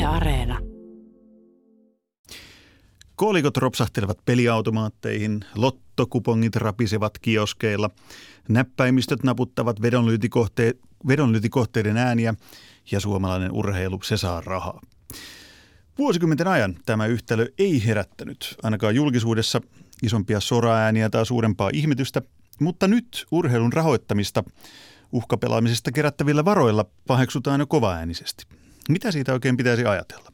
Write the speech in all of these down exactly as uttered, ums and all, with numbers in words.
Areena. Koolikot ropsahtelevat peliautomaatteihin, lottokupongit rapisevat kioskeilla, näppäimistöt naputtavat vedonlyöntikohte- vedonlyöntikohteiden ääniä ja suomalainen urheilu, se saa rahaa. Vuosikymmenten ajan tämä yhtälö ei herättänyt ainakaan julkisuudessa isompia soraääniä tai suurempaa ihmetystä, mutta nyt urheilun rahoittamista uhkapelaamisesta kerättävillä varoilla paheksutaan jo kovaäänisesti. Mitä siitä oikein pitäisi ajatella?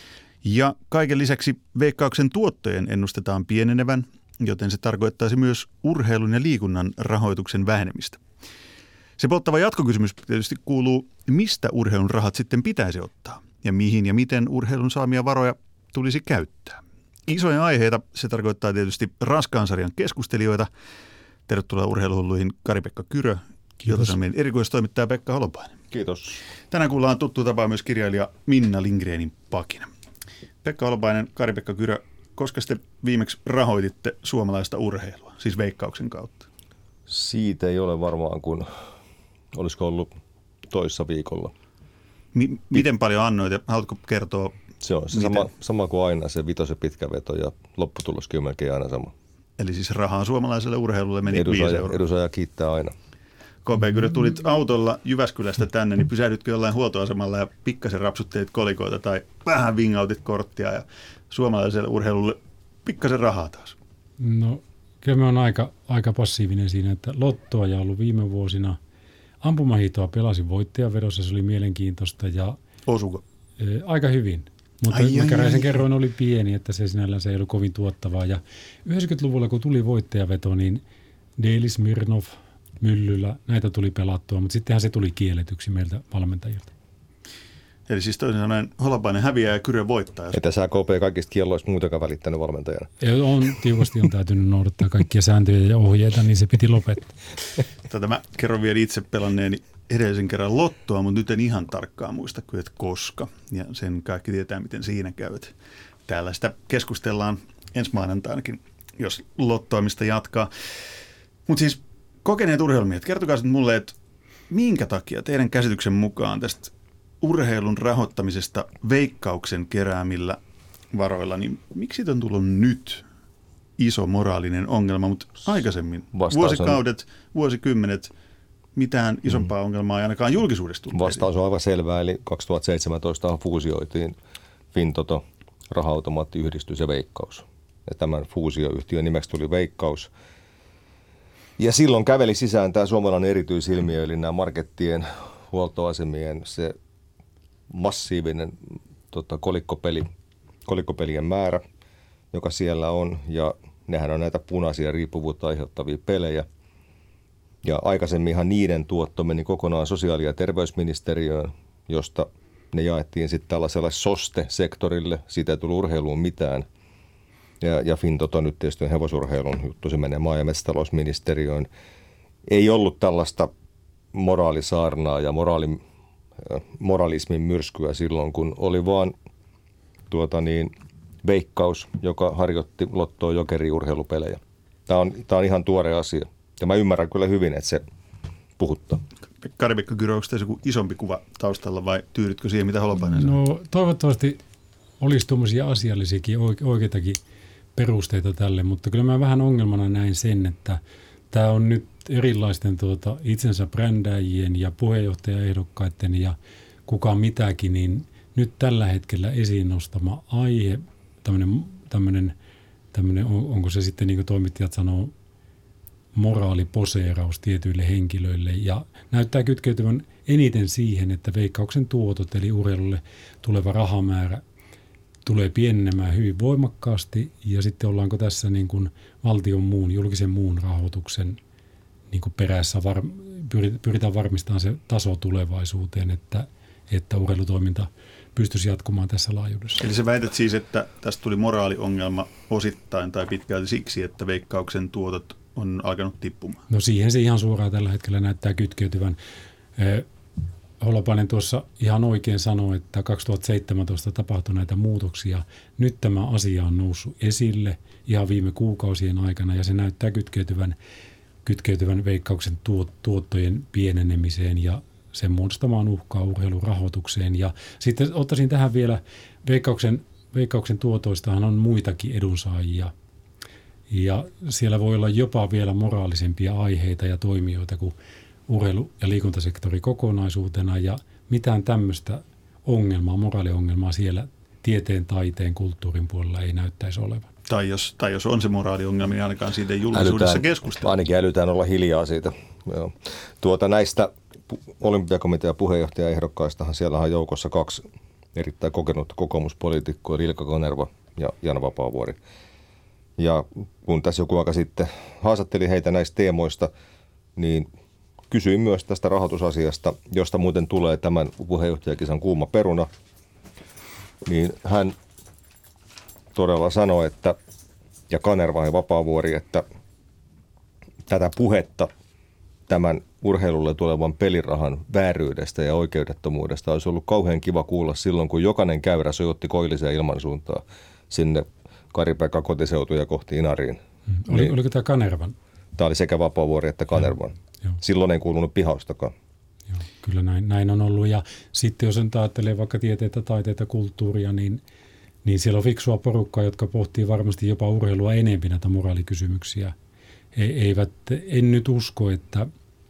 Ja kaiken lisäksi Veikkauksen tuottojen ennustetaan pienenevän, joten se tarkoittaisi myös urheilun ja liikunnan rahoituksen vähenemistä. Se polttava jatkokysymys tietysti kuuluu, mistä urheilun rahat sitten pitäisi ottaa ja mihin ja miten urheilun saamia varoja tulisi käyttää. Isoja aiheita se tarkoittaa tietysti raskaan sarjan keskustelijoita. Tervetuloa urheiluhulluihin Kari-Pekka Kyrö, Ilta-Sanomien erikoistoimittaja Pekka Holopainen. Kiitos. Tänään kuullaan tuttu tapaa myös kirjailija Minna Lindgrenin pakina. Pekka Holopainen, Kari-Pekka Kyrö, koska te viimeksi rahoititte suomalaista urheilua, siis Veikkauksen kautta? Siitä ei ole varmaan kuin, olisiko ollut toissa viikolla. Mi- miten paljon annoit ja haluatko kertoa? Se on se sama, sama kuin aina, se vitosen pitkä veto ja lopputuloskin on melkein aina sama. Eli siis rahaa suomalaiselle urheilulle meni edusaja, viisi euroa. Edusaja kiittää aina. K P, kun tulit autolla Jyväskylästä tänne, niin pysähdytkö jollain huoltoasemalla ja pikkasen rapsuttelit kolikoita tai vähän vingautit korttia ja suomalaiselle urheilulle pikkasen rahaa taas? No kyllä me on aika, aika passiivinen siinä, että lottoa ja ollut viime vuosina. Ampumahiihtoa pelasin voittajavedossa, se oli mielenkiintoista ja osuko? E, aika hyvin. Mutta mäkäräisen kerroin oli pieni, että se sinällään se ei ollut kovin tuottavaa. Ja yhdeksänkymmentäluvulla, kun tuli voittajaveto, niin Daily Smirnov, Myllylä, näitä tuli pelattua, mutta sittenhän se tuli kielletyksi meiltä valmentajilta. Eli siis toisin sanoen Holopainen häviää ja Kyrö voittaa. Että sä K P kaikista kielloista muutenkaan välittänyt valmentajana. Ja on, tiukasti on täytynyt noudattaa kaikkia sääntöjä ja ohjeita, niin se piti lopettaa. Tätä mä kerron vielä itse pelanneeni edellisen kerran lottoa, mutta nyt en ihan tarkkaan muista, että koska. Ja sen kaikki tietää, miten siinä käyt. Täällä sitä keskustellaan ensi maanantainakin, jos lottoamista jatkaa. Mutta siis kokeneet urheilumiehet, kertokaa sitten mulle, että minkä takia teidän käsityksen mukaan tästä urheilun rahoittamisesta Veikkauksen keräämillä varoilla, niin miksi siitä on tullut nyt iso moraalinen ongelma, mutta aikaisemmin, Vastaus vuosikaudet, on... vuosikymmenet, mitään isompaa mm. ongelmaa ei ainakaan julkisuudessa tullut. Vastaus on aivan selvää, eli kaksituhattaseitsemäntoista fuusioitiin Fintoto, Raha-automaattiyhdistys ja Veikkaus. Ja tämän fuusioyhtiön nimeksi tuli Veikkaus. Ja silloin käveli sisään tämä suomalainen erityisilmiö, eli nämä markettien, huoltoasemien, se massiivinen tota, kolikkopeli, kolikkopelien määrä, joka siellä on, ja nehän on näitä punaisia riippuvuutta aiheuttavia pelejä. Ja aikaisemminhan niiden tuotto meni kokonaan sosiaali- ja terveysministeriöön, josta ne jaettiin sitten tällaiselle soste-sektorille, siitä ei tullut urheiluun mitään. Ja, ja Fintoto nyt tietysti on hevosurheilun juttu, se menee maa- ja metsätalousministeriöön. Ei ollut tällaista moraalisaarnaa ja moraali, moralismin myrskyä silloin, kun oli vaan tuota niin, Veikkaus, joka harjoitti lottoa jokeriurheilupelejä. Tämä on, tämä on ihan tuore asia. Ja mä ymmärrän kyllä hyvin, että se puhuttaa. Kari-Pekka Kyrö, onko tässä joku isompi kuva taustalla vai tyydytkö siihen, mitä Holopainen sanoo? No toivottavasti olisi tuommoisia asiallisiakin, oikeitakin perusteita tälle, mutta kyllä mä vähän ongelmana näin sen, että tämä on nyt erilaisten tuota, itsensä brändäjien ja puheenjohtajaehdokkaiden ja kuka mitäkin, niin nyt tällä hetkellä esiin nostama aihe, tämmöinen, tämmöinen, tämmöinen onko se sitten niin kuin toimittajat sanoo, moraaliposeeraus tietyille henkilöille ja näyttää kytkeytyvän eniten siihen, että Veikkauksen tuotot eli urheilulle tuleva rahamäärä tulee pienenemään hyvin voimakkaasti ja sitten ollaanko tässä niin kuin valtion muun, julkisen muun rahoituksen niin kuin perässä var, pyritään varmistamaan se taso tulevaisuuteen, että, että urheilutoiminta pystyisi jatkumaan tässä laajuudessa. Eli sä väität siis, että tästä tuli moraaliongelma osittain tai pitkälti siksi, että Veikkauksen tuotot on alkanut tippumaan? No siihen se ihan suoraan tällä hetkellä näyttää kytkeytyvän. Holopainen tuossa ihan oikein sanoi, että kaksituhattaseitsemäntoista tapahtui näitä muutoksia. Nyt tämä asia on noussut esille ihan viime kuukausien aikana ja se näyttää kytkeytyvän, kytkeytyvän Veikkauksen tuot, tuottojen pienenemiseen ja sen muodostamaan uhkaa urheilurahoitukseen. Ja sitten ottaisin tähän vielä, Veikkauksen, Veikkauksen tuotoistahan on muitakin edunsaajia. Ja siellä voi olla jopa vielä moraalisempia aiheita ja toimijoita kuin urheilu- ja liikuntasektori kokonaisuutena. Ja mitään tämmöistä ongelmaa, moraaliongelmaa siellä tieteen, taiteen, kulttuurin puolella ei näyttäisi olevan. Tai jos, tai jos on se moraaliongelma, niin ainakaan siitä ei julkisuudessa keskustella. Ainakin älytään olla hiljaa siitä. Joo. Tuota, näistä olympiakomitean puheenjohtajaehdokkaistahan siellä on joukossa kaksi erittäin kokenutta kokoomuspoliitikkoa, Ilkka Kanerva ja Jan Vapaavuori. Ja kun tässä joku aika sitten haastattelin heitä näistä teemoista, niin kysyin myös tästä rahoitusasiasta, josta muuten tulee tämän puheenjohtajakisan kuuma peruna. Niin hän todella sanoi, että, ja Kanerva ja Vapaavuori, että tätä puhetta tämän urheilulle tulevan pelirahan vääryydestä ja oikeudettomuudesta olisi ollut kauhean kiva kuulla silloin, kun jokainen käyrä sojotti koilliseen ilmansuuntaan sinne Kari-Pekka kotiseutuja kohti Inariin. Hmm. Oli, niin, oliko tämä Kanervan? Tämä oli sekä Vapaavuori että Kanervan. Joo. Silloin ei kuulunut pihaustakaan. Joo, kyllä näin, näin on ollut. Ja sitten jos on ajattelee vaikka tieteitä, taiteita, kulttuuria, niin, niin siellä on fiksua porukkaa, jotka pohtii varmasti jopa urheilua enemmän näitä moraalikysymyksiä. He eivät, en nyt usko, että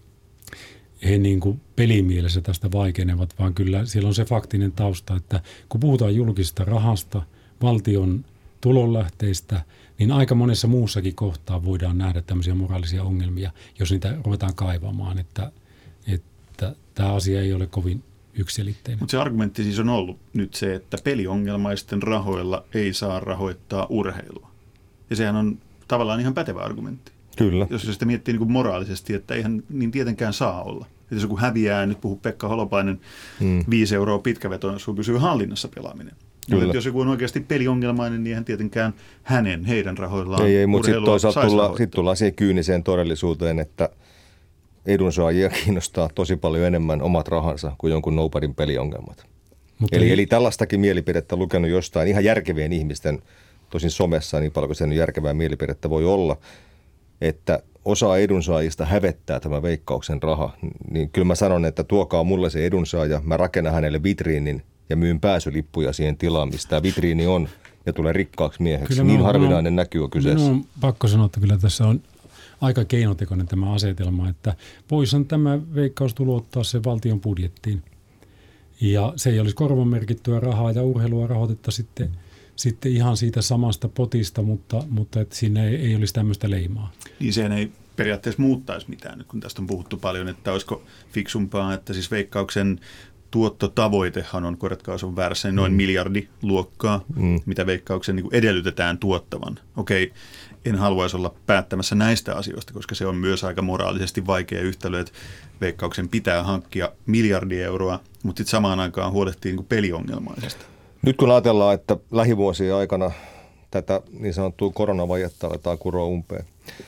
he niin kuin pelimielessä tästä vaikenevat, vaan kyllä siellä on se faktinen tausta, että kun puhutaan julkisesta rahasta, valtion tulonlähteistä, niin aika monessa muussakin kohtaa voidaan nähdä tämmöisiä moraalisia ongelmia, jos niitä ruvetaan kaivamaan, että, että tämä asia ei ole kovin yksiselitteinen. Mutta se argumentti siis on ollut nyt se, että peliongelmaisten rahoilla ei saa rahoittaa urheilua. Ja sehän on tavallaan ihan pätevä argumentti. Kyllä. Jos sitä miettii niin kuin moraalisesti, että eihän niin tietenkään saa olla. Että jos joku häviää, nyt puhuu Pekka Holopainen, hmm. viisi euroa pitkävetoon, sun pysyy hallinnassa pelaaminen. Mutta jos joku on oikeasti peliongelmainen, niin eihän tietenkään hänen, heidän rahoillaan ei, ei, mutta sitten toisaalta tulla, sit tullaan siihen kyyniseen todellisuuteen, että edunsaajia kiinnostaa tosi paljon enemmän omat rahansa kuin jonkun nobody'n peliongelmat. Eli, ei... eli tällaistakin mielipidettä lukenut jostain ihan järkevien ihmisten, tosin somessa niin paljon kuin sen järkevää mielipidettä voi olla, että osa edunsaajista hävettää tämä Veikkauksen raha, niin kyllä mä sanon, että tuokaa mulle se edunsaaja, mä rakennan hänelle vitriinin ja myyn pääsylippuja siihen tilaan, mistä tämä vitriini on, ja tulee rikkaaksi mieheksi. Kyllä niin harvinainen näky on kyseessä. No, on pakko sanoa, että kyllä tässä on aika keinotekoinen tämä asetelma, että voisihan tämä Veikkaus tulouttaa sen valtion budjettiin. Ja se ei olisi korvamerkittyä rahaa ja urheilua rahoitetta sitten, mm. sitten ihan siitä samasta potista, mutta, mutta että siinä ei, ei olisi tämmöistä leimaa. Niin sehän ei periaatteessa muuttaisi mitään nyt, kun tästä on puhuttu paljon, että olisiko fiksumpaa, että siis Veikkauksen tuottotavoitehan on, korjatkaa jos on väärässä, noin mm. miljardiluokkaa, mm. mitä Veikkauksen niin kuin edellytetään tuottavan. Okei, en haluaisi olla päättämässä näistä asioista, koska se on myös aika moraalisesti vaikea yhtälö, että Veikkauksen pitää hankkia miljardi euroa, mutta sitten samaan aikaan huolehtii niin kuin peliongelmaisesta. Nyt kun ajatellaan, että lähivuosien aikana tätä niin sanottua koronavajetta aletaan kuroa umpeen,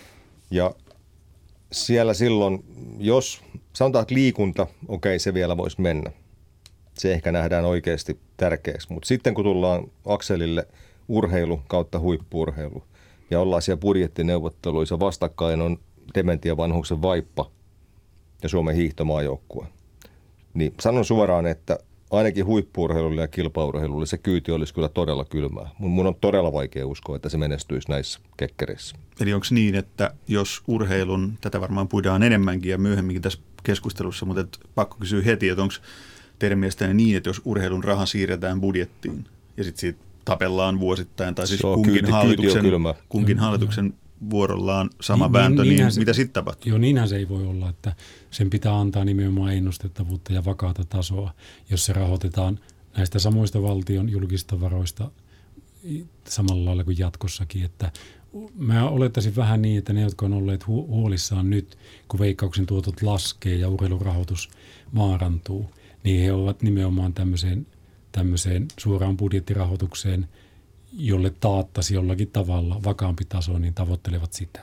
ja siellä silloin, jos sanotaan, että liikunta, okei, se vielä voisi mennä. Se ehkä nähdään oikeasti tärkeäksi. Mutta sitten kun tullaan akselille urheilu kautta huippu-urheilu ja ollaan siellä budjettineuvotteluissa, vastakkain on Dementia vanhuksen Vaippa ja Suomen hiihtomaajoukkue. Niin sanon suoraan, että ainakin huippu-urheilulle ja kilpaurheilulle se kyyti olisi kyllä todella kylmää. Mun on todella vaikea uskoa, että se menestyisi näissä kekkereissä. Eli onko niin, että jos urheilun, tätä varmaan puidaan enemmänkin ja myöhemminkin tässä keskustelussa, mutta et pakko kysyä heti, että onko teidän mielestänne niin, että jos urheilun raha siirretään budjettiin ja sitten siitä tapellaan vuosittain, tai siis kunkin kyyti, hallituksen, kyyti kunkin hallituksen vuorollaan sama niin, vääntö, niin, niin se, mitä sitten tapahtuu? Joo, niinhän se ei voi olla, että sen pitää antaa nimenomaan ennustettavuutta ja vakaata tasoa, jos se rahoitetaan näistä samoista valtion julkista varoista samalla lailla kuin jatkossakin. Että mä olettaisin vähän niin, että ne, jotka on olleet hu- huolissaan nyt, kun Veikkauksen tuotot laskee ja urheilurahoitus maarantuu, niin he ovat nimenomaan tämmöiseen, tämmöiseen suoraan budjettirahoitukseen, jolle taattaisi jollakin tavalla vakaampi taso, niin tavoittelevat sitä.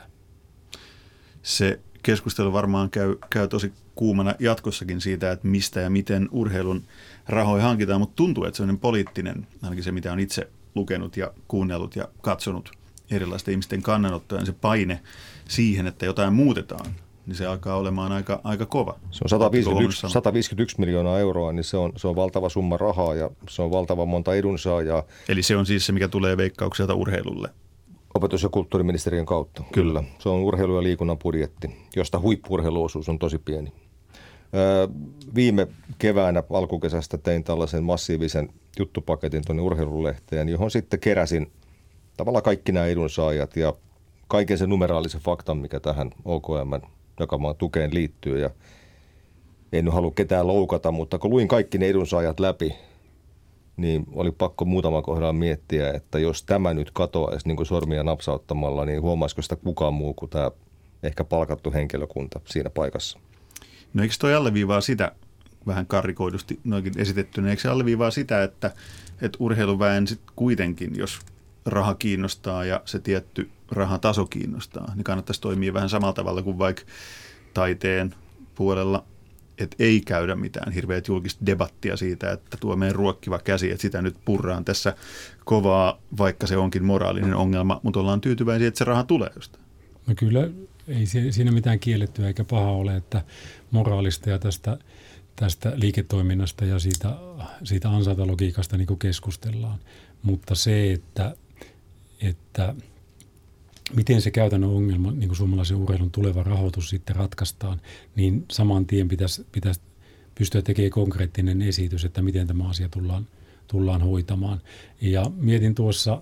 Se keskustelu varmaan käy, käy tosi kuumana jatkossakin siitä, että mistä ja miten urheilun rahoja hankitaan, mutta tuntuu, että sellainen poliittinen, ainakin se mitä on itse lukenut ja kuunnellut ja katsonut erilaisten ihmisten kannanottoja, se paine siihen, että jotain muutetaan, niin se alkaa olemaan aika, aika kova. Se on sata viisikymmentäyksi, sata viisikymmentäyksi miljoonaa euroa, niin se on, se on valtava summa rahaa ja se on valtava monta edunsaajaa. Eli se on siis se, mikä tulee Veikkaukselta urheilulle? Opetus- ja kulttuuriministeriön kautta, kyllä. kyllä. Se on urheilu- ja liikunnan budjetti, josta huippu-urheiluosuus on tosi pieni. Öö, viime keväänä alkukesästä tein tällaisen massiivisen juttupaketin tuonne urheilulehteen, johon sitten keräsin tavallaan kaikki nämä edunsaajat ja kaiken sen numeraalisen faktan, mikä tähän O K M:n jakamaan tukeen liittyy. Ja en nyt halua ketään loukata, mutta kun luin kaikki ne edunsaajat läpi, niin oli pakko muutaman kohdalla miettiä, että jos tämä nyt katoaisi niin kuin sormia napsauttamalla, niin huomaisiko sitä kukaan muu kuin tämä ehkä palkattu henkilökunta siinä paikassa. No eikö toi alleviivaa sitä, vähän karrikoidusti noikin esitettynä, eikö se alleviivaa sitä, että, että urheiluväen sitten kuitenkin, jos raha kiinnostaa ja se tietty rahataso kiinnostaa, niin kannattaisi toimia vähän samalla tavalla kuin vaikka taiteen puolella, että ei käydä mitään hirveät julkista debattia siitä, että tuo meidän ruokkiva käsi, että sitä nyt purraan tässä kovaa, vaikka se onkin moraalinen ongelma, mutta ollaan tyytyväisiä, että se raha tulee jostain. No kyllä ei siinä mitään kiellettyä eikä paha ole, että moraalista ja tästä, tästä liiketoiminnasta ja siitä, siitä ansaintalogiikasta niin kuin keskustellaan. Mutta se, että, että miten se käytännön ongelma, niin kuin suomalaisen urheilun tuleva rahoitus sitten ratkaistaan, niin saman tien pitäisi, pitäisi pystyä tekemään konkreettinen esitys, että miten tämä asia tullaan, tullaan hoitamaan. Ja mietin tuossa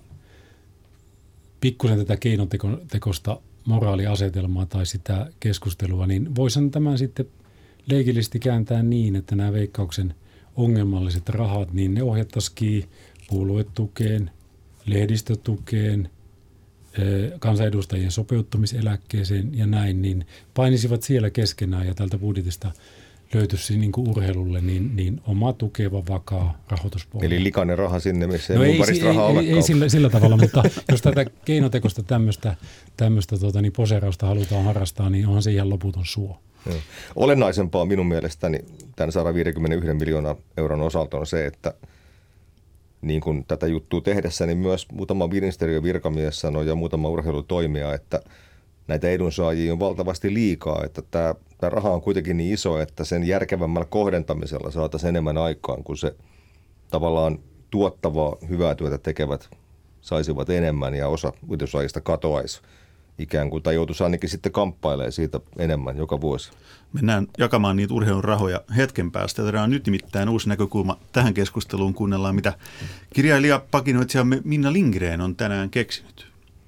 pikkusen tätä keinotekoista moraaliasetelmaa tai sitä keskustelua, niin voisin tämän sitten leikillisesti kääntää niin, että nämä Veikkauksen ongelmalliset rahat, niin ne ohjattaisiin puoluetukeen, lehdistötukeen, kansanedustajien sopeuttamiseläkkeeseen ja näin, niin painisivat siellä keskenään ja tältä budjetista löytyisi niin kuin urheilulle niin, niin oma tukeva, vakaa rahoituspohja. Eli likainen raha sinne, missä no ei ei, parista ei, rahaa ei, ei sillä, sillä tavalla, mutta jos tätä keinotekoista tämmöistä, tämmöistä tuota, niin poseerausta halutaan harrastaa, niin onhan se ihan loputon suo. Hmm. Olennaisempaa minun mielestäni tämän sata viisikymmentäyksi miljoonaa euron osalta on se, että niin kuin tätä juttua tehdessä, niin myös muutama ministeriön virkamies sanoi ja muutama urheilutoimija, että näitä edunsaajia on valtavasti liikaa, että tämä, tämä raha on kuitenkin niin iso, että sen järkevämmällä kohdentamisella saataisiin enemmän aikaan, kun se tavallaan tuottavaa, hyvää työtä tekevät saisivat enemmän ja osa edunsaajista katoaisi ikään kuin, tai joutuisi ainakin sitten kamppailemaan siitä enemmän joka vuosi. Mennään jakamaan niitä urheilun rahoja hetken päästä. Tämä on nyt nimittäin uusi näkökulma tähän keskusteluun. Kuunnellaan, mitä kirjailija pakinoitsijamme Minna Lindgren on tänään keksinyt.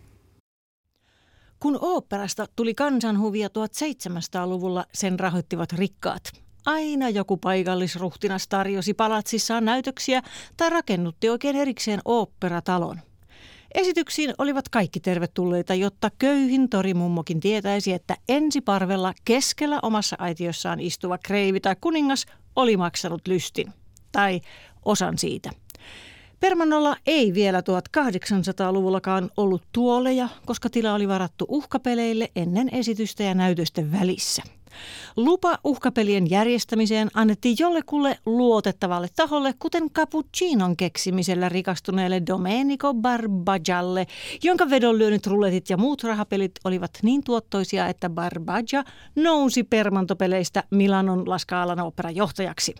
Kun oopperasta tuli kansanhuvia tuhatseitsemänsataaluvulla, sen rahoittivat rikkaat. Aina joku paikallisruhtinas tarjosi palatsissaan näytöksiä tai rakennutti oikein erikseen oopperatalon. Esityksiin olivat kaikki tervetulleita, jotta köyhin torimummokin tietäisi, että ensiparvella keskellä omassa aitiossaan istuva kreivi tai kuningas oli maksanut lystin. Tai osan siitä. Permannolla ei vielä tuhatkahdeksansataaluvullakaan ollut tuoleja, koska tila oli varattu uhkapeleille ennen esitystä ja näytösten välissä. Lupa uhkapelien järjestämiseen annettiin jollekulle luotettavalle taholle, kuten cappuccinon keksimisellä rikastuneelle Domenico Barbaggialle, jonka vedonlyönnit, ruletit ja muut rahapelit olivat niin tuottoisia, että Barbaggia nousi permantopeleistä Milanon La Scalan oopperan johtajaksi.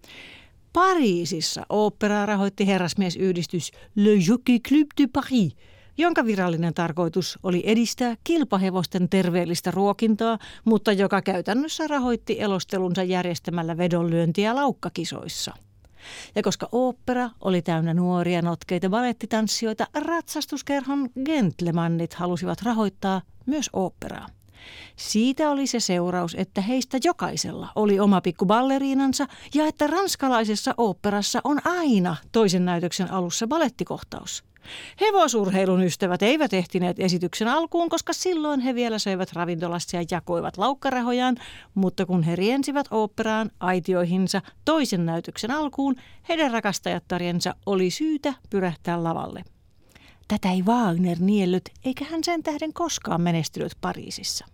Pariisissa oopperaa rahoitti herrasmiesyhdistys Le Jockey Club de Paris, jonka virallinen tarkoitus oli edistää kilpahevosten terveellistä ruokintaa, mutta joka käytännössä rahoitti elostelunsa järjestämällä vedonlyöntiä laukkakisoissa. Ja koska ooppera oli täynnä nuoria notkeita balettitanssijoita, ratsastuskerhon gentlemannit halusivat rahoittaa myös oopperaa. Siitä oli se seuraus, että heistä jokaisella oli oma pikku balleriinansa ja että ranskalaisessa oopperassa on aina toisen näytöksen alussa balettikohtaus. Hevosurheilun ystävät eivät ehtineet esityksen alkuun, koska silloin he vielä söivät ravintolassa ja jakoivat laukkarahojaan, mutta kun he riensivät oopperaan aitioihinsa toisen näytöksen alkuun, heidän rakastajattarjensa oli syytä pyrähtää lavalle. Tätä ei Wagner niellyt, eikä hän sen tähden koskaan menestynyt Pariisissa.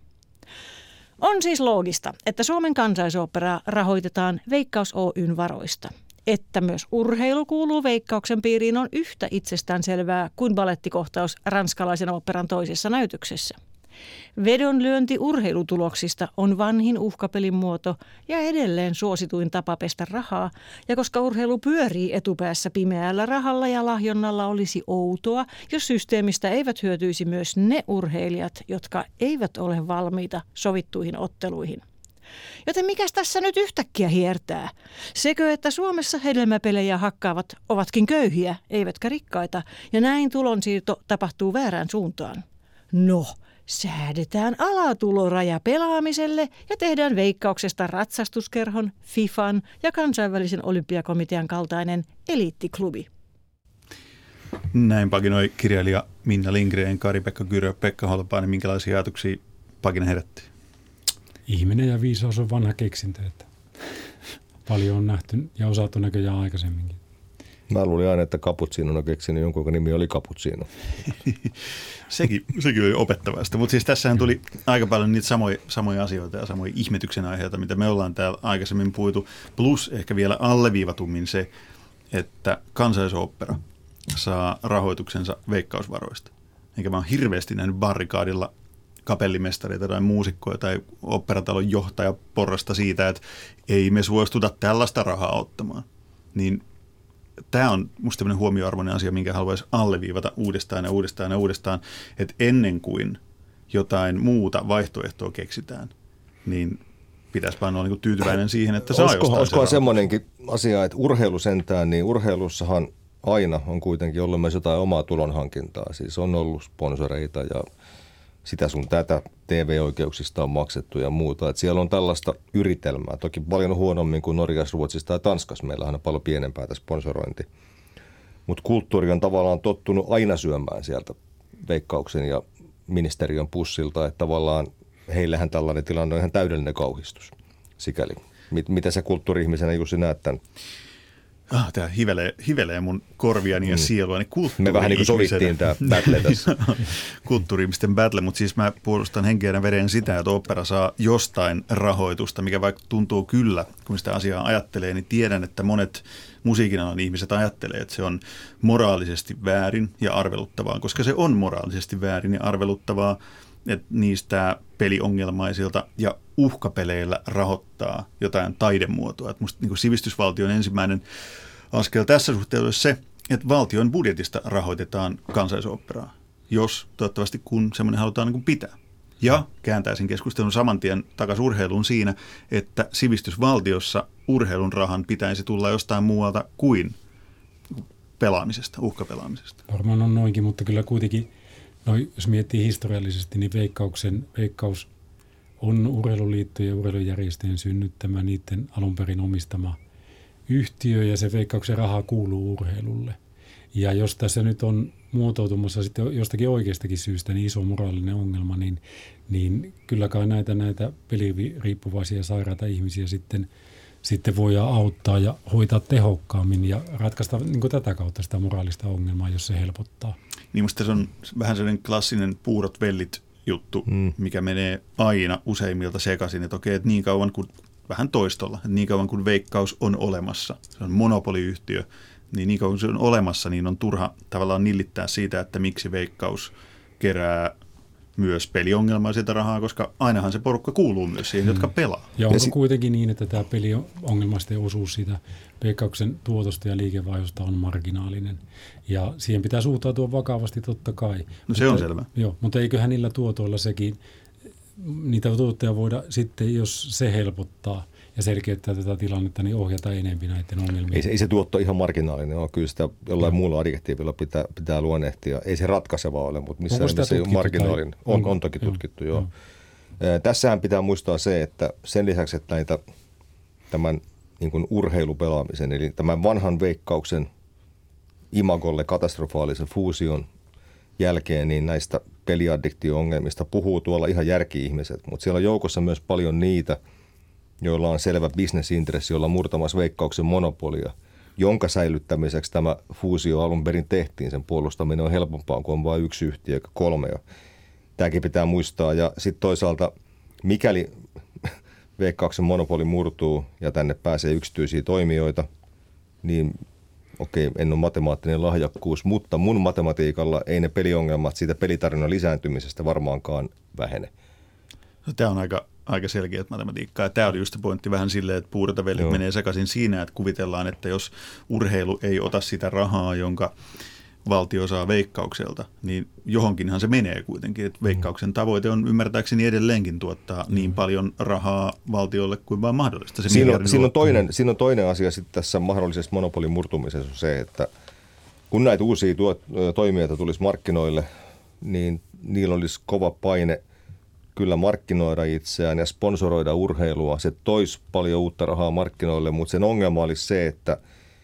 On siis loogista, että Suomen kansallisoopperaa rahoitetaan Veikkaus Oy:n varoista. Että myös urheilu kuuluu Veikkauksen piiriin on yhtä itsestäänselvää kuin balettikohtaus ranskalaisen oopperan toisessa näytöksessä. Vedonlyönti urheilutuloksista on vanhin uhkapelin muoto ja edelleen suosituin tapa pestä rahaa, ja koska urheilu pyörii etupäässä pimeällä rahalla ja lahjonnalla, olisi outoa, jos systeemistä eivät hyötyisi myös ne urheilijat, jotka eivät ole valmiita sovittuihin otteluihin. Joten mikäs tässä nyt yhtäkkiä hiertää? Sekö, että Suomessa hedelmäpelejä hakkaavat ovatkin köyhiä, eivätkä rikkaita, ja näin tulonsiirto tapahtuu väärään suuntaan? No, säädetään alatuloraja pelaamiselle ja tehdään Veikkauksesta ratsastuskerhon, FIFAn ja kansainvälisen olympiakomitean kaltainen eliittiklubi. Näin pakinoi kirjailija Minna Lindgren, Kari-Pekka Kyrö, Pekka Holopainen. Minkälaisia ajatuksia pakina herätti? Ihminen ja viisaus on vanha keksintö, että paljon on nähty ja osattu näköjään aikaisemminkin. Mä luulin aina, että Cappuccino on keksinyt jonkun, joka nimi oli Cappuccino. sekin, sekin oli opettavasta, mutta siis tässähän tuli aika paljon niitä samoja, samoja asioita ja samoja ihmetyksen aiheita, mitä me ollaan täällä aikaisemmin puitu. Plus ehkä vielä alleviivatummin se, että Kansallisooppera saa rahoituksensa veikkausvaroista. Enkä mä oon hirveästi nähnyt barrikaadilla kapellimestareita tai muusikkoja tai operatalon johtajaporrasta siitä, että ei me suostuta tällaista rahaa ottamaan. Niin tämä on musta tämmöinen huomioarvoinen asia, minkä haluaisi alleviivata uudestaan ja uudestaan ja uudestaan, että ennen kuin jotain muuta vaihtoehtoa keksitään, niin pitäisi vaan olla niin kuin tyytyväinen siihen, että saa Olisiko, jostain olisikohan se semmoinenkin asia, että urheilu sentään, niin urheilussahan aina on kuitenkin ollut myös jotain omaa tulonhankintaa. Siis on ollut sponsoreita ja sitä sun tätä T V-oikeuksista on maksettu ja muuta. Et siellä on tällaista yritelmää. Toki paljon huonommin kuin Norjassa, Ruotsissa tai Tanskassa. Meillähän on paljon pienempää tämä sponsorointi. Mutta kulttuuri on tavallaan tottunut aina syömään sieltä Veikkauksen ja ministeriön pussilta. Että tavallaan heillähän tällainen tilanne on ihan täydellinen kauhistus. Sikäli. Mitä sä kulttuuri-ihmisenä, Jussi, näet tämän? Ah, tämä hivelee, hivelee mun korviani ja mm. sieluani. Me vähän niin kuin sovittiin tämä battle tässä. Kulttuuri-ihmisten battle, mutta siis mä puolustan henkeä ja veren sitä, että opera saa jostain rahoitusta, mikä vaikka tuntuu kyllä, kun sitä asiaa ajattelee, niin tiedän, että monet musiikin alan ihmiset ajattelee, että se on moraalisesti väärin ja arveluttavaa, koska se on moraalisesti väärin ja arveluttavaa, että niistä peliongelmaisilta ja uhkapeleillä rahoittaa jotain taidemuotoa. Että musta niin kuin sivistysvaltion ensimmäinen askel tässä suhteessa olisi se, että valtion budjetista rahoitetaan Kansallisoopperaa, jos toivottavasti kun semmoinen halutaan niin kuin pitää. Ja kääntäisin keskustelun saman tien takaisin urheiluun siinä, että sivistysvaltiossa urheilun rahan pitäisi tulla jostain muualta kuin pelaamisesta, uhkapelaamisesta. Varmaan on noinkin, mutta kyllä kuitenkin, no, jos miettii historiallisesti, niin veikkauksen, Veikkaus on urheiluliittojen ja urheilujärjestöjen synnyttämä, niiden alun perin omistama yhtiö, ja se Veikkauksen raha kuuluu urheilulle. Ja jos tässä nyt on muotoutumassa sitten jostakin oikeastakin syystä niin iso moraalinen ongelma, niin, niin kyllä kai näitä, näitä peliriippuvaisia ja sairaita ihmisiä sitten, sitten voidaan auttaa ja hoitaa tehokkaammin ja ratkaista niin kuin tätä kautta sitä moraalista ongelmaa, jos se helpottaa. Niin musta se on vähän sellainen klassinen puurot vellit juttu, mm. mikä menee aina useimmilta sekaisin, että okei, että niin kauan kuin, vähän toistolla, että niin kauan kuin Veikkaus on olemassa, se on monopoliyhtiö, niin niin kauan kuin se on olemassa, niin on turha tavallaan nillittää siitä, että miksi Veikkaus kerää myös peliongelmaisilta rahaa, koska ainahan se porukka kuuluu myös siihen, mm. jotka pelaa. Ja onko ja kuitenkin niin, että tämä peliongelmaisten osuus siitä Veikkauksen tuotosta ja liikevaihdosta on marginaalinen. Ja siihen pitää suhtautua vakavasti totta kai. No mutta, se on selvä. Joo, mutta eiköhän niillä tuotoilla sekin, niitä tuotteja voida sitten, jos se helpottaa ja selkeyttää tätä tilannetta, niin ohjata enemmän näiden ongelmien. Ei se, ei se tuotto ihan marginaalinen ole. Kyllä sitä jollain no. muulla adjektiivilla pitää, pitää luonnehtia. Ei se ratkaiseva ole, mutta missään nimessä ei ole marginaalinen. On, on, on toki tutkittu, joo. joo. joo. Tässähän pitää muistaa se, että sen lisäksi, että näitä tämän niin kuin urheilupelaamisen, eli tämän vanhan Veikkauksen imagolle katastrofaalisen fuusion jälkeen, niin näistä peliaddiktio-ongelmista puhuu tuolla ihan järki-ihmiset, mutta siellä on joukossa myös paljon niitä, joilla on selvä bisnesintressi, jolla on murtamassa Veikkauksen monopolia, jonka säilyttämiseksi tämä fuusio alun perin tehtiin. Sen puolustaminen on helpompaa, kun on vain yksi yhtiö eikä kolme. Ja tämäkin pitää muistaa. Ja sitten toisaalta, mikäli Veikkauksen monopoli murtuu ja tänne pääsee yksityisiä toimijoita, niin okei, en ole matemaattinen lahjakkuus, mutta mun matematiikalla ei ne peliongelmat siitä pelitarinan lisääntymisestä varmaankaan vähene. Tämä on aika, aika selkeä matematiikkaa. Tämä oli just se pointti vähän silleen, että puurotavelit menee sekaisin siinä, että kuvitellaan, että jos urheilu ei ota sitä rahaa, jonka valtio saa Veikkaukselta, niin johonkinhan se menee kuitenkin. Että Veikkauksen tavoite on ymmärtääkseni edelleenkin tuottaa niin paljon rahaa valtiolle kuin vaan mahdollista. Se siinä, on, siinä, on toinen, siinä on toinen asia sitten tässä mahdollisessa monopolin murtumisessa on se, että kun näitä uusia tuot, toimijoita tulisi markkinoille, niin niillä olisi kova paine kyllä markkinoida itseään ja sponsoroida urheilua. Se toisi paljon uutta rahaa markkinoille, mutta sen ongelma olisi se, että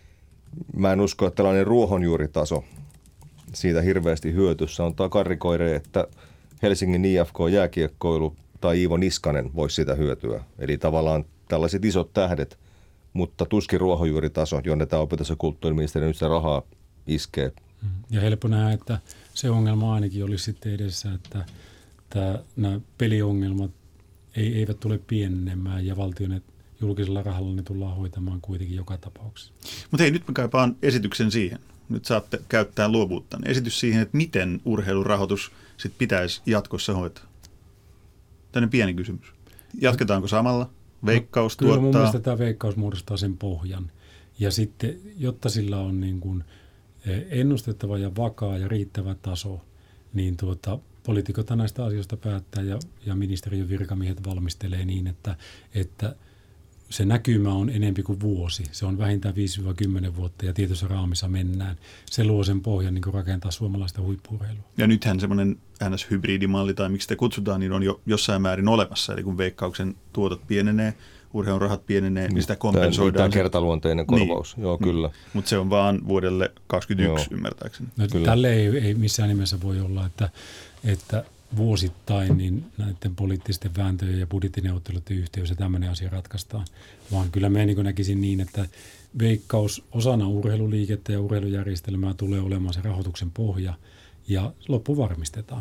mä en usko, että tällainen ruohonjuuritaso siitä hirveästi hyötyssä on takarikoire, että Helsingin I F K-jääkiekkoilu tai Iivo Niskanen voisi sitä hyötyä. Eli tavallaan tällaiset isot tähdet, mutta tuskin ruohonjuuritaso, jonne tämä opetus- ja kulttuuriministeri nyt sitä rahaa iskee. Ja helppo nähdä, että se ongelma ainakin olisi sitten edessä, että tämä, nämä peliongelmat ei, eivät tule pienemään ja valtion julkisella rahalla ne tullaan hoitamaan kuitenkin joka tapauksessa. Mutta hei, nyt mä kaipaan esityksen siihen. Nyt saatte käyttää luovuutta. Esitys siihen, että miten urheilurahoitus sit pitäisi jatkossa hoitaa. Tällainen pieni kysymys. Jatketaanko samalla? Veikkaus no, kyllä tuottaa? Kyllä mun mielestä tämä Veikkaus muodostaa sen pohjan. Ja sitten, jotta sillä on niin kuin ennustettava ja vakaa ja riittävä taso, niin tuota, poliitikot näistä asioista päättää ja, ja ministeriön virkamiehet valmistelee niin, että, että se näkymä on enempi kuin vuosi. Se on vähintään viisi kymmenen vuotta ja tietyssä raamissa mennään. Se luo sen pohjan niin kuin rakentaa suomalaista huippu-urheilua. Ja nythän semmoinen N S-hybridimalli tai miksi sitä kutsutaan, niin on jo jossain määrin olemassa. Eli kun Veikkauksen tuotot pienenee, urheilun rahat pienenee, niin sitä kompensoidaan. Tämä kertaluonteinen korvaus, niin. Joo kyllä. Mutta se on vaan vuodelle kaksikymmentäyksi joo. Ymmärtääkseni. No, tälle ei, ei missään nimessä voi olla, että, että vuosittain niin näiden poliittisten vääntöjen ja budjettineuvotteluiden yhteydessä tämmöinen asia ratkaistaan, vaan kyllä me niin näkisin niin, että Veikkaus osana urheiluliikettä ja urheilujärjestelmää tulee olemaan se rahoituksen pohja ja loppu varmistetaan.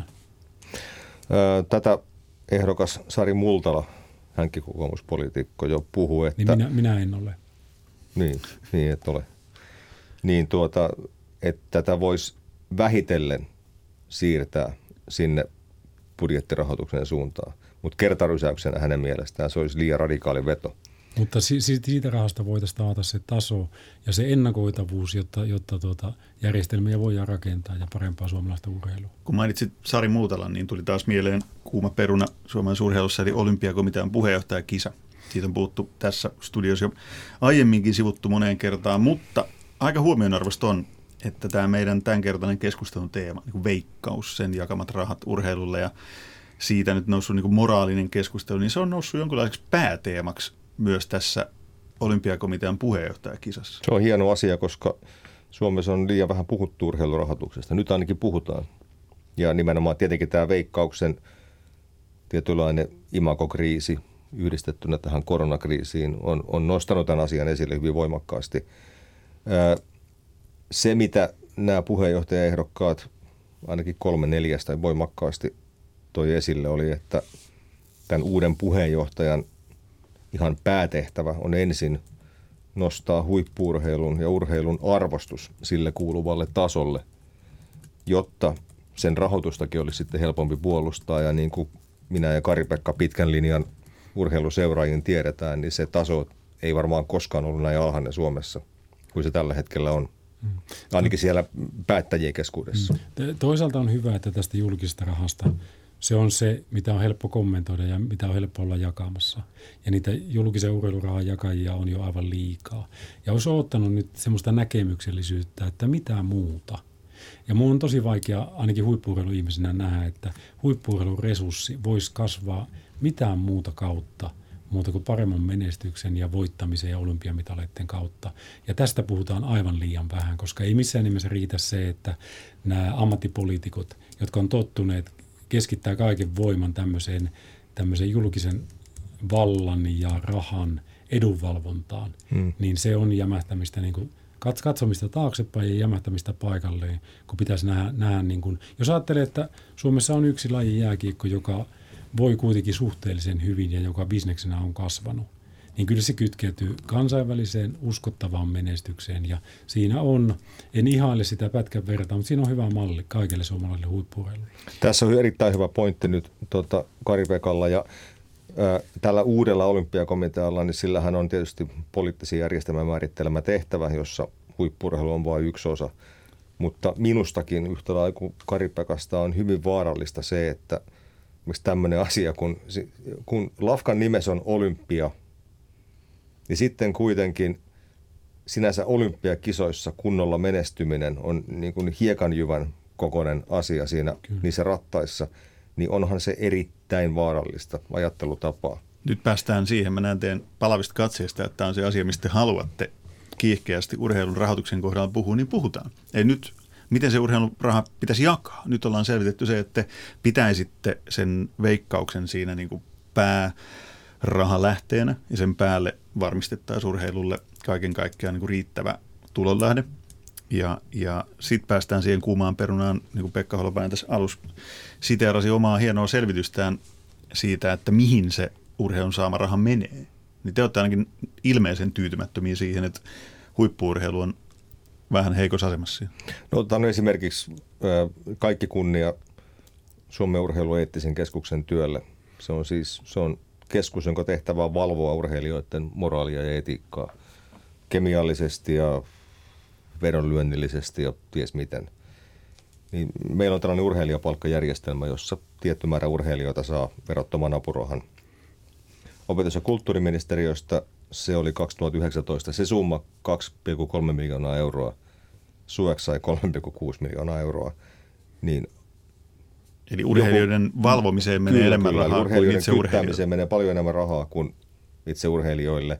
Tätä ehdokas Sari Multala, hänkin kokoomuspoliitikko, jo puhuu, että... Niin minä, minä en ole. Niin, niin et ole. Niin tuota, että tätä voisi vähitellen siirtää sinne budjettirahoituksen suuntaan. Mutta kertarysäyksenä hänen mielestään se olisi liian radikaali veto. Mutta si- siitä rahasta voitaisiin taata se taso ja se ennakoitavuus, jotta, jotta tuota järjestelmiä voidaan rakentaa ja parempaa suomalaista urheilua. Kun mainitsit Sari Multalan, niin tuli taas mieleen kuuma peruna Suomen urheilussa, eli Olympiakomitean puheenjohtajakisa. Siitä on puhuttu tässä studiossa jo aiemminkin sivuttu moneen kertaan, mutta aika huomionarvoista on, että tämä meidän tämänkertainen keskustelun teema, niin kuin Veikkaus, sen jakamat rahat urheilulle ja siitä nyt noussut niin kuin moraalinen keskustelu, niin se on noussut jonkinlaiseksi pääteemaksi myös tässä Olympiakomitean puheenjohtajakisassa. Se on hieno asia, koska Suomessa on liian vähän puhuttu urheilurahoituksesta. Nyt ainakin puhutaan. Ja nimenomaan tietenkin tämä Veikkauksen tietynlainen imagokriisi yhdistettynä tähän koronakriisiin on, on nostanut tämän asian esille hyvin voimakkaasti. Se, mitä nämä puheenjohtajaehdokkaat, ainakin kolme neljästä voimakkaasti toi esille, oli, että tämän uuden puheenjohtajan ihan päätehtävä on ensin nostaa huippu-urheilun ja urheilun arvostus sille kuuluvalle tasolle, jotta sen rahoitustakin olisi sitten helpompi puolustaa. Ja niin kuin minä ja Kari-Pekka pitkän linjan urheiluseuraajien tiedetään, niin se taso ei varmaan koskaan ollut näin alhainen Suomessa kuin se tällä hetkellä on. Ainakin siellä päättäjien keskuudessa. Toisaalta on hyvä, että tästä julkisesta rahasta se on se, mitä on helppo kommentoida ja mitä on helppo olla jakamassa. Ja niitä julkisen urheilurahan jakajia on jo aivan liikaa. Ja olisi ottanut nyt semmoista näkemyksellisyyttä, että mitä muuta. Ja mun on tosi vaikea ainakin huippu-urheiluihmisenä nähdä, että huippu-urheilun resurssi voisi kasvaa mitään muuta kautta, muuta kuin paremman menestyksen ja voittamisen ja olympiamitaleiden kautta. Ja tästä puhutaan aivan liian vähän, koska ei missään nimessä riitä se, että nämä ammattipoliitikot, jotka on tottuneet keskittää kaiken voiman tämmöiseen, tämmöiseen julkisen vallan ja rahan edunvalvontaan, hmm. niin se on jämähtämistä, niin kuin katsomista taaksepäin ja jämähtämistä paikalleen, kun pitäisi nähdä, nähdä niin kuin, jos ajattelee, että Suomessa on yksi laji jääkiekko, joka voi kuitenkin suhteellisen hyvin ja joka bisneksenä on kasvanut, niin kyllä se kytkeytyy kansainväliseen uskottavaan menestykseen. Ja siinä on, en ihaile sitä pätkän vertaa, mutta siinä on hyvä malli kaikille suomalaisille huippu-urheilulle. Tässä on erittäin hyvä pointti nyt tuota, Kari-Pekalla ja ää, tällä uudella olympiakomitealla, niin sillähän on tietysti poliittisen järjestelmän määrittelemä tehtävä, jossa huippu-urheilu on vain yksi osa. Mutta minustakin yhtä lailla kuin Kari-Pekasta on hyvin vaarallista se, että miksi tämmöinen asia, kun, kun Lafkan nimessä on olympia, niin sitten kuitenkin sinänsä olympiakisoissa kunnolla menestyminen on niin kuin hiekanjyvän kokoinen asia siinä Kyllä. niissä rattaissa, niin onhan se erittäin vaarallista ajattelutapaa. Nyt päästään siihen, mä näen teidän palavista katseista, että tämä on se asia, mistä haluatte kiihkeästi urheilun rahoituksen kohdalla puhua, niin puhutaan. Ei nyt, miten se urheiluraha pitäisi jakaa. Nyt ollaan selvitetty se, että pitäisitte sen Veikkauksen siinä niin kuin päärahalähteenä ja sen päälle varmistettaisiin urheilulle kaiken kaikkiaan niin kuin riittävä tulonlähde. Ja, ja sitten päästään siihen kuumaan perunaan, niin kuin Pekka Holopainen tässä alussa siteerasi omaa hienoa selvitystään siitä, että mihin se urheilun saama raha menee. Niin te olette ainakin ilmeisen tyytymättömiä siihen, että huippu-urheilu on vähän heikossa asemassa. No otetaan esimerkiksi kaikki kunnia Suomen urheilueettisen keskuksen työlle. Se on siis se on keskus, jonka tehtävä on valvoa urheilijoiden moraalia ja etiikkaa kemiallisesti ja vedonlyönnillisesti ja ties miten. Niin meillä on tällainen urheilijapalkkajärjestelmä, jossa tietty määrä urheilijoita saa verottoman apurahan. Opetus- ja kulttuuriministeriöstä se oli kaksituhattayhdeksäntoista se summa kaksi pilkku kolme miljoonaa euroa. Suex sai kolme pilkku kuusi miljoonaa euroa. Niin eli urheilijoiden joku, valvomiseen menee kyllä, enemmän kyllä, rahaa kuin itse urheilijoille. menee paljon enemmän rahaa kuin itse urheilijoille.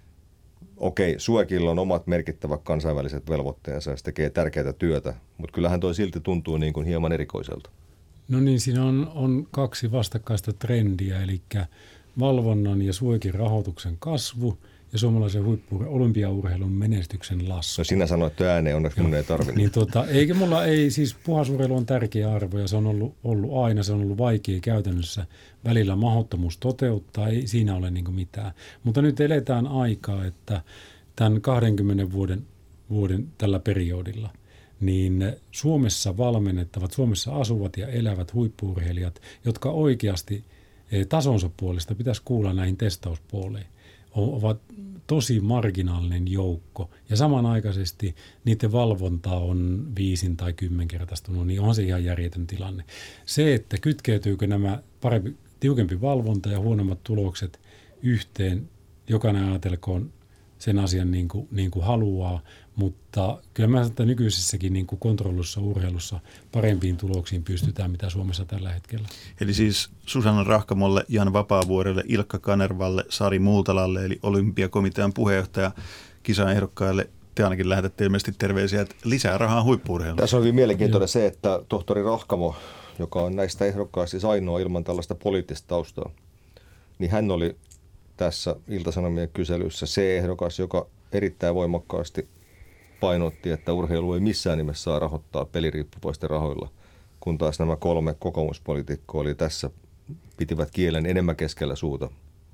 Okei, Suekilla on omat merkittävät kansainväliset velvoitteensa ja se tekee tärkeää työtä, mutta kyllähän toi silti tuntuu niin kuin hieman erikoiselta. No niin, siinä on, on kaksi vastakkaista trendiä, eli valvonnan ja Suekin rahoituksen kasvu ja suomalaisen huippu- olympiaurheilun menestyksen lasku. No sinä sanoit ääneen, onneksi minun ei tarvinnut. Niin tota, eikä mulla ei, siis puhasurheilu on tärkeä arvo ja se on ollut, ollut aina, se on ollut vaikea käytännössä välillä mahdottomuus toteuttaa, ei siinä ole niin kuin mitään. Mutta nyt eletään aikaa, että tämän kahdenkymmenen vuoden, vuoden tällä periodilla, niin Suomessa valmennettavat, Suomessa asuvat ja elävät huippu-urheilijat, jotka oikeasti tasonsa puolesta pitäisi kuulla näihin testauspuoleen, ovat tosi marginaalinen joukko ja samanaikaisesti niiden valvonta on viisin tai kymmenkertaistunut, niin on se ihan järjetön tilanne. Se, että kytkeytyykö nämä parempi, tiukempi valvonta ja huonommat tulokset yhteen, jokainen ajatelkoon sen asian niin kuin, niin kuin haluaa, mutta kyllä mä sanon, että nykyisessäkin niin kuin kontrollussa urheilussa parempiin tuloksiin pystytään, mitä Suomessa tällä hetkellä. Eli siis Susanna Rahkamolle, Jan Vapaavuorelle, Ilkka Kanervalle, Sari Multalalle, eli Olympiakomitean puheenjohtaja kisaehdokkaille. Te ainakin lähetätte ilmeisesti terveisiä, että lisää rahaa huippu-urheiluun. Tässä on hyvin mielenkiintoinen se, että tohtori Rahkamo, joka on näistä ehdokkaista siis ainoa ilman tällaista poliittista taustaa, niin hän oli tässä Ilta-Sanomien kyselyssä se ehdokas, joka erittäin voimakkaasti painotti, että urheilu ei missään nimessä saa rahoittaa peliriippuvaisten rahoilla, kun taas nämä kolme kokoomuspoliitikkoa oli tässä, pitivät kielen enemmän keskellä suuta.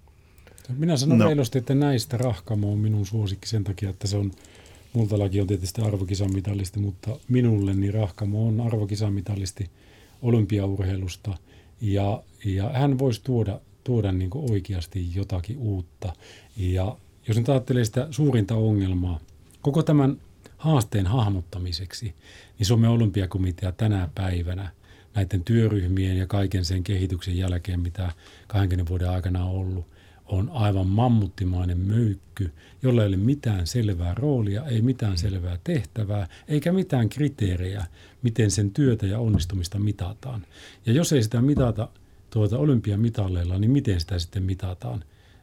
Minä sanon no. reilusti, että näistä Rahkamo on minun suosikki sen takia, että se on, Multalakin on tietysti arvokisamitalisti, mutta minulle niin Rahkamo on arvokisamitalisti olympiaurheilusta ja, ja hän voisi tuoda tuoda niin kuin oikeasti jotakin uutta. Ja jos nyt ajattelee sitä suurinta ongelmaa, koko tämän haasteen hahmottamiseksi, niin Suomen olympiakomitea tänä päivänä näiden työryhmien ja kaiken sen kehityksen jälkeen, mitä kaksikymmentä vuoden aikana on ollut, on aivan mammuttimainen möykky, jolla ei ole mitään selvää roolia, ei mitään selvää tehtävää, eikä mitään kriteerejä, miten sen työtä ja onnistumista mitataan. Ja jos ei sitä mitata tuota olympiamitalleilla, niin miten sitä sitten mitataan?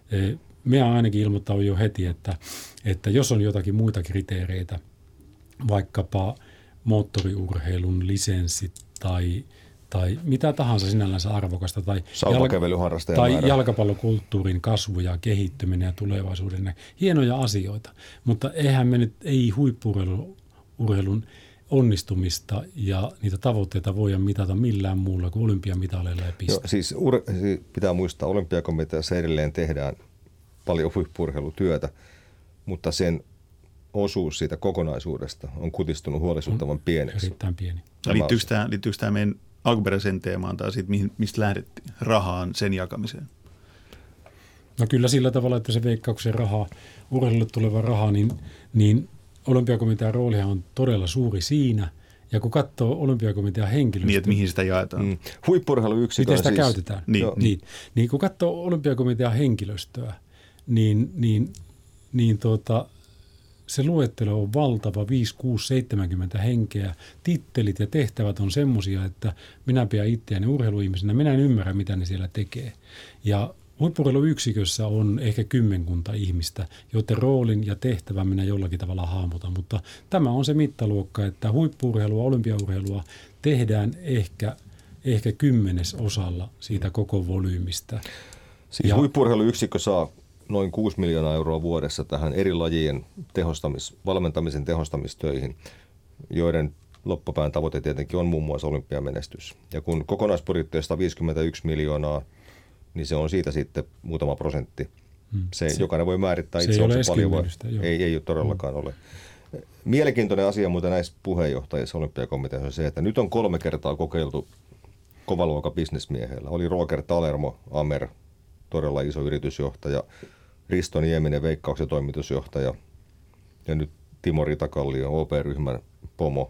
Me ainakin ilmoittaa jo heti, että, että jos on jotakin muita kriteereitä, vaikkapa moottoriurheilun lisenssit tai, tai mitä tahansa sinällänsä arvokasta, tai, jalka- tai jalkapallokulttuurin kasvu ja kehittyminen ja tulevaisuuden, hienoja asioita. Mutta eihän me nyt, ei huippu-urheilun onnistumista ja niitä tavoitteita voida mitata millään muulla kuin olympiamitaleilla ja piste. Joo, siis ur- pitää muistaa, olympiakomiteassa edelleen tehdään paljon huippu-urheilutyötä, mutta sen osuus siitä kokonaisuudesta on kutistunut huolestuttavan pieneksi. Erittäin pieni. Liittyykö tämä, liittyykö tämä meidän alkuperäiseen teemaan tai siitä, mistä lähdettiin rahaan sen jakamiseen? No kyllä sillä tavalla, että se Veikkauksen raha, urheilulle tuleva raha, niin, niin Olympiakomitean roolihan on todella suuri siinä. Ja kun katsoo Olympiakomitean henkilöstöä... Niin, että mihin sitä jaetaan. Mm. Huippu-urheiluyksikö miten sitä siis... käytetään. Niin, niin. niin kun katsoo Olympiakomitean henkilöstöä, niin, niin, niin tuota, se luettelo on valtava, viisi, kuusi, seitsemänkymmentä henkeä. Tittelit ja tehtävät on semmoisia, että minä pidän itseäni urheiluihmisenä. Minä en ymmärrä, mitä ne siellä tekee. Ja huippu-urheiluyksikössä on ehkä kymmenkunta ihmistä, joiden roolin ja tehtävän minä jollakin tavalla hahmotan, mutta tämä on se mittaluokka, että huippu-urheilua, olympiaurheilua tehdään ehkä, ehkä kymmenesosalla siitä koko volyymistä. Siis ja huippu-urheiluyksikkö saa noin kuusi miljoonaa euroa vuodessa tähän eri lajien tehostamis, valmentamisen tehostamistöihin, joiden loppupään tavoite tietenkin on muun muassa olympiamenestys. Ja kun kokonaisbudjetteista viisikymmentäyksi miljoonaa, niin se on siitä sitten muutama prosentti. Hmm. Se, se jokainen voi määrittää itse, onko se paljon vai ei, ei todellakaan hmm. ole. Mielenkiintoinen asia muuten näissä puheenjohtajissa olympiakomiteassa on se, että nyt on kolme kertaa kokeiltu kovaluokan bisnesmiehellä. Oli Roger Talermo, Amer, todella iso yritysjohtaja, Risto Nieminen, Veikkauksen toimitusjohtaja ja nyt Timo Ritakallio, O P-ryhmän pomo,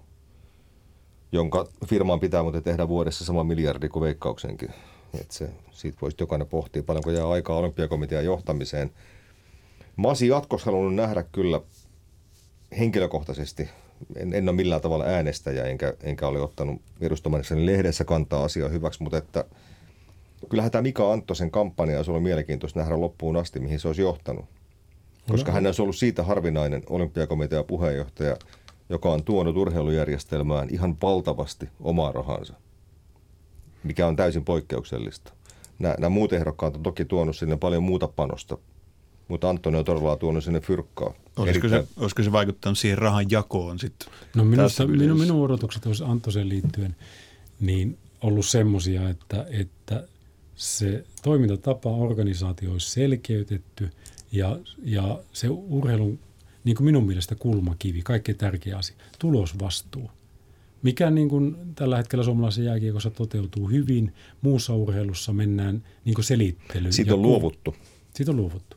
jonka firmaan pitää muuten tehdä vuodessa sama miljardi kuin Veikkauksenkin. Että se, siitä voisi jokainen pohtia, paljonko jää aikaa olympiakomitean johtamiseen. Mä olisin jatkossa halunnut nähdä kyllä henkilökohtaisesti, en, en ole millään tavalla äänestäjä, enkä, enkä ole ottanut edustamani lehdessä kantaa asiaa hyväksi, mutta että kyllähän tämä Mika Anttosen kampanja olisi ollut mielenkiintoista nähdä loppuun asti, mihin se olisi johtanut. Koska hän olisi ollut siitä harvinainen olympiakomitean puheenjohtaja, joka on tuonut urheilujärjestelmään ihan valtavasti omaa rahansa, mikä on täysin poikkeuksellista. Nämä, nämä muut ehdokkaat on toki tuonut sinne paljon muuta panosta, mutta Antoni on todella tuonut sinne fyrkkaa. Olisiko se, olisiko se vaikuttanut siihen rahan jakoon sitten? No minusta, minun, minun odotukset olisi Antoseen liittyen niin ollut semmoisia, että, että se toimintatapa, organisaatio olisi selkeytetty ja, ja se urheilun, niin kuin minun mielestä kulmakivi, kaikkein tärkeä asia, tulosvastuu. Mikä niin kuin tällä hetkellä suomalaisessa jääkiekossa toteutuu hyvin, muussa urheilussa mennään niin kuin selittelyyn. Siitä on luovuttu. Siitä on luovuttu.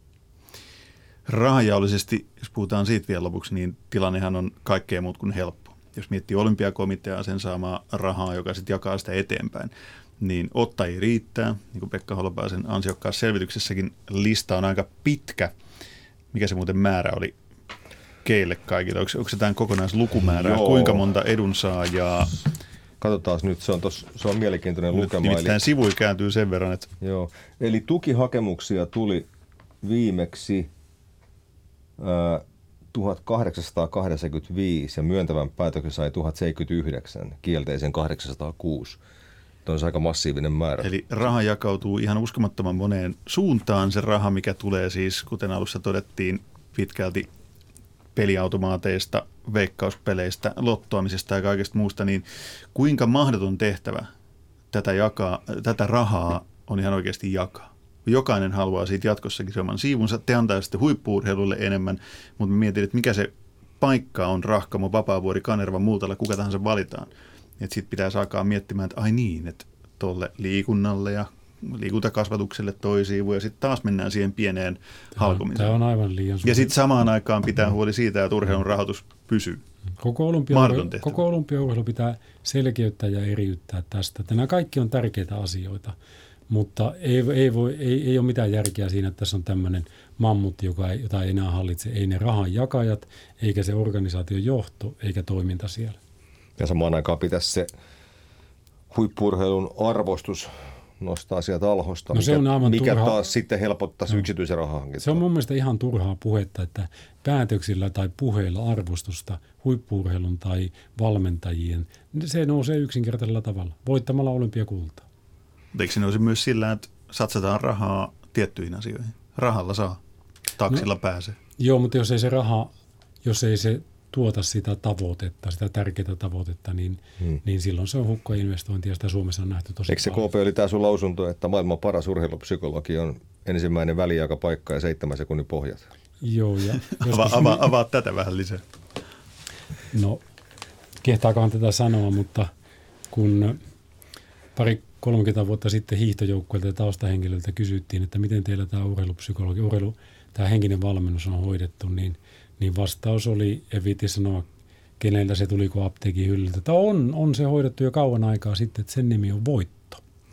Rahajaollisesti, jos puhutaan siitä vielä lopuksi, niin tilannehan on kaikkea muut kuin helppo. Jos miettii olympiakomiteaa, sen saamaa rahaa, joka sitten jakaa sitä eteenpäin, niin ottajia riittää. Niin kuin Pekka Holopaisen ansiokkaassa selvityksessäkin lista on aika pitkä. Mikä se muuten määrä oli keille kaikille? Onko, onko se tämän kokonaislukumäärää? Joo. Kuinka monta edunsaajaa? Katsotaan nyt, se on, tos, se on mielenkiintoinen nyt lukema. Nimittäin eli sivui kääntyy sen verran, että... Joo, eli tukihakemuksia tuli viimeksi äh, tuhatkahdeksansataakahdeksankymmentäviisi ja myöntävän päätöksen sai tuhatseitsemänkymmentäyhdeksän, kielteisen kahdeksansataakuusi. Tuo on aika massiivinen määrä. Eli raha jakautuu ihan uskomattoman moneen suuntaan. Se raha, mikä tulee siis, kuten alussa todettiin, pitkälti peliautomaateista, veikkauspeleistä, lottoamisesta ja kaikesta muusta, niin kuinka mahdoton tehtävä tätä, jakaa, tätä rahaa on ihan oikeasti jakaa? Jokainen haluaa siitä jatkossakin se oman siivunsa. Te antaa sitten huippu-urheilulle enemmän, mutta mä mietin, että mikä se paikka on Rahkamo, Vapaavuori, Kanerva, Multala, kuka tahansa valitaan. Sitten pitää alkaa miettimään, että ai niin, että tuolle liikunnalle ja liikuntakasvatukselle toi siivu ja sitten taas mennään siihen pieneen halkomiseen. Tämä on aivan liian suuri. Ja sitten samaan aikaan pitää huoli siitä, että urheilun rahoitus pysyy. Koko olympiaurheilu, koko olympiaurheilu pitää selkeyttää ja eriyttää tästä. Nämä kaikki on tärkeitä asioita, mutta ei, ei, voi, ei, ei ole mitään järkeä siinä, että tässä on tämmöinen mammutti, joka ei, jota ei enää hallitse. Ei ne rahan jakajat, eikä se organisaation johto, eikä toiminta siellä. Ja samaan aikaan pitäisi se huippu-urheilun arvostus nostaa sieltä alhosta, no mikä, mikä taas sitten helpottaisi no. yksityisen rahahankintaa. Se on mun mielestä ihan turhaa puhetta, että päätöksillä tai puheilla arvostusta huippu-urheilun tai valmentajien, se nousee yksinkertaisella tavalla, voittamalla olympiakultaa. Eikö se nousi myös sillä, että satsataan rahaa tiettyihin asioihin? Rahalla saa, taksilla no, pääsee. Joo, mutta jos ei se raha, jos ei se tuota sitä tavoitetta, sitä tärkeää tavoitetta, niin, hmm. niin silloin se on hukkainvestointi ja sitä Suomessa on nähty tosi Eikö se K P oli tämä sun lausunto, että maailman paras urheilupsykologi on ensimmäinen väliaikapaikka ja seitsemän sekunnin pohjat. Joo, ja avaa, avaa, avaa tätä vähän lisää. No, kehtaakohan tätä sanoa, mutta kun pari kolmekymmentä vuotta sitten hiihtojoukkueilta ja taustahenkilöiltä kysyttiin, että miten teillä tämä urheilupsykologi, urheilu, tämä henkinen valmennus on hoidettu, niin, niin vastaus oli, en viitti sanoa, keneltä se tuliko apteekin hyllyltä, että on, on se hoidettu jo kauan aikaa sitten, että sen nimi on voitto.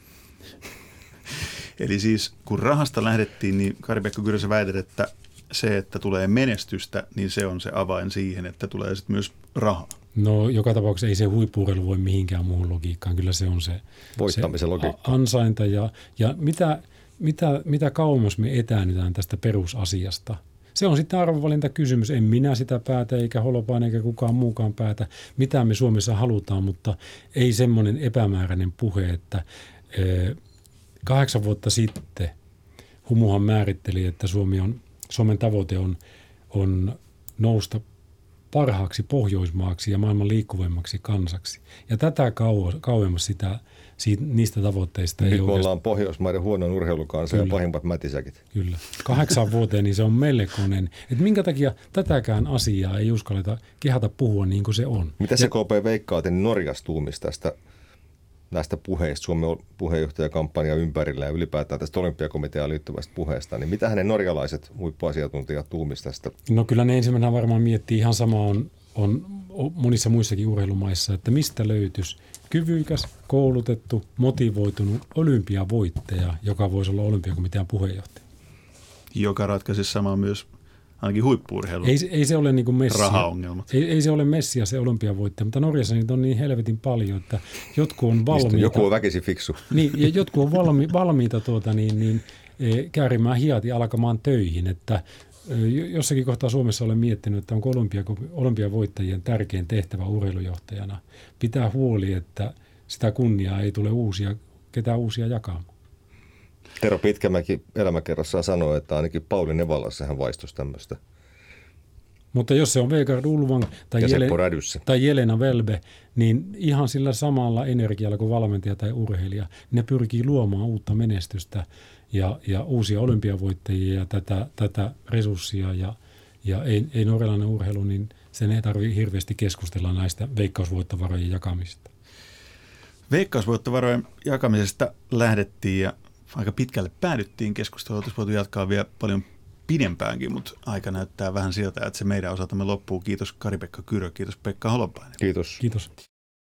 Eli siis kun rahasta lähdettiin, niin Kari-Pekka Kyrö, väität, että se, että tulee menestystä, niin se on se avain siihen, että tulee sitten myös rahaa. No joka tapauksessa ei se huippu-urheilu voi mihinkään muuhun logiikkaan. Kyllä se on se, voittamisen se logiikka. Ansainta ja, ja mitä, mitä, mitä kauemmas me etäännytään tästä perusasiasta. Se on sitten arvovalintakysymys. En minä sitä päätä, eikä Holopainen, eikä kukaan muukaan päätä, mitä me Suomessa halutaan, mutta ei semmoinen epämääräinen puhe, että eh, kahdeksan vuotta sitten Humuhan määritteli, että Suomi on, Suomen tavoite on, on nousta parhaaksi Pohjoismaaksi ja maailman liikkuvimmaksi kansaksi. Ja tätä kauemmas sitä, siitä, niistä tavoitteista Nyt ei me oikeastaan. ollaan Pohjoismaiden huonon urheilukansa ja pahimpat mätisäkit. Kyllä. Kahdeksan vuoteen niin se on melkoinen. Että minkä takia tätäkään asiaa ei uskalleta kehata puhua niin kuin se on. Mitä se K P veikkaa, että Norjas tuumisi tästä näistä puheista, Suomen puheenjohtajakampanjan ympärillä ja ylipäätään tästä olympiakomiteaan liittyvästä puheesta, niin mitä hänen norjalaiset huippuasiantuntijat tuumisi tästä? No kyllä ne ensimmäisenä varmaan miettii ihan sama on, on monissa muissakin urheilumaissa, että mistä löytyisi kyvykäs, koulutettu, motivoitunut olympiavoittaja, joka voisi olla olympiakomitean puheenjohtaja. Joka ratkaisisi samaa myös ainakin huippu-urheilun ei, ei se ole niin kuin messia. rahaongelmat. Ei, ei se ole messia se olympiavoittaja, mutta Norjassa niitä on niin helvetin paljon, että jotkut on valmiita. Joku on väkisin fiksu. Niin, ja jotkut on valmi, valmiita tuota, niin, niin, e, käärimään hiat ja alkamaan töihin. Että, e, jossakin kohtaa Suomessa olen miettinyt, että onko olympia, olympiavoittajien tärkein tehtävä urheilujohtajana pitää huoli, että sitä kunniaa ei tule uusia, ketään uusia jakamaan. Tero Pitkämäki elämäkerrassaan sanoi, että ainakin Pauli Nevallassa hän vaistosi tämmöistä. Mutta jos se on Vegard Ulvang tai, Jele, tai Jelena Velbe, niin ihan sillä samalla energialla kuin valmentaja tai urheilija, ne pyrkii luomaan uutta menestystä ja, ja uusia olympiavoittajia ja tätä, tätä resurssia. Ja, ja ei, ei norjalainen urheilu, niin sen ei tarvitse hirveästi keskustella näistä veikkausvoittovarojen jakamisista. Veikkausvoittovarojen jakamisesta lähdettiin ja aika pitkälle päädyttiin keskustelua. Oltaisiin voitu jatkaa vielä paljon pidempäänkin, mutta aika näyttää vähän siltä, että se meidän osaltamme loppuu. Kiitos Kari-Pekka Kyrö, kiitos Pekka Holopainen. Kiitos. Kiitos.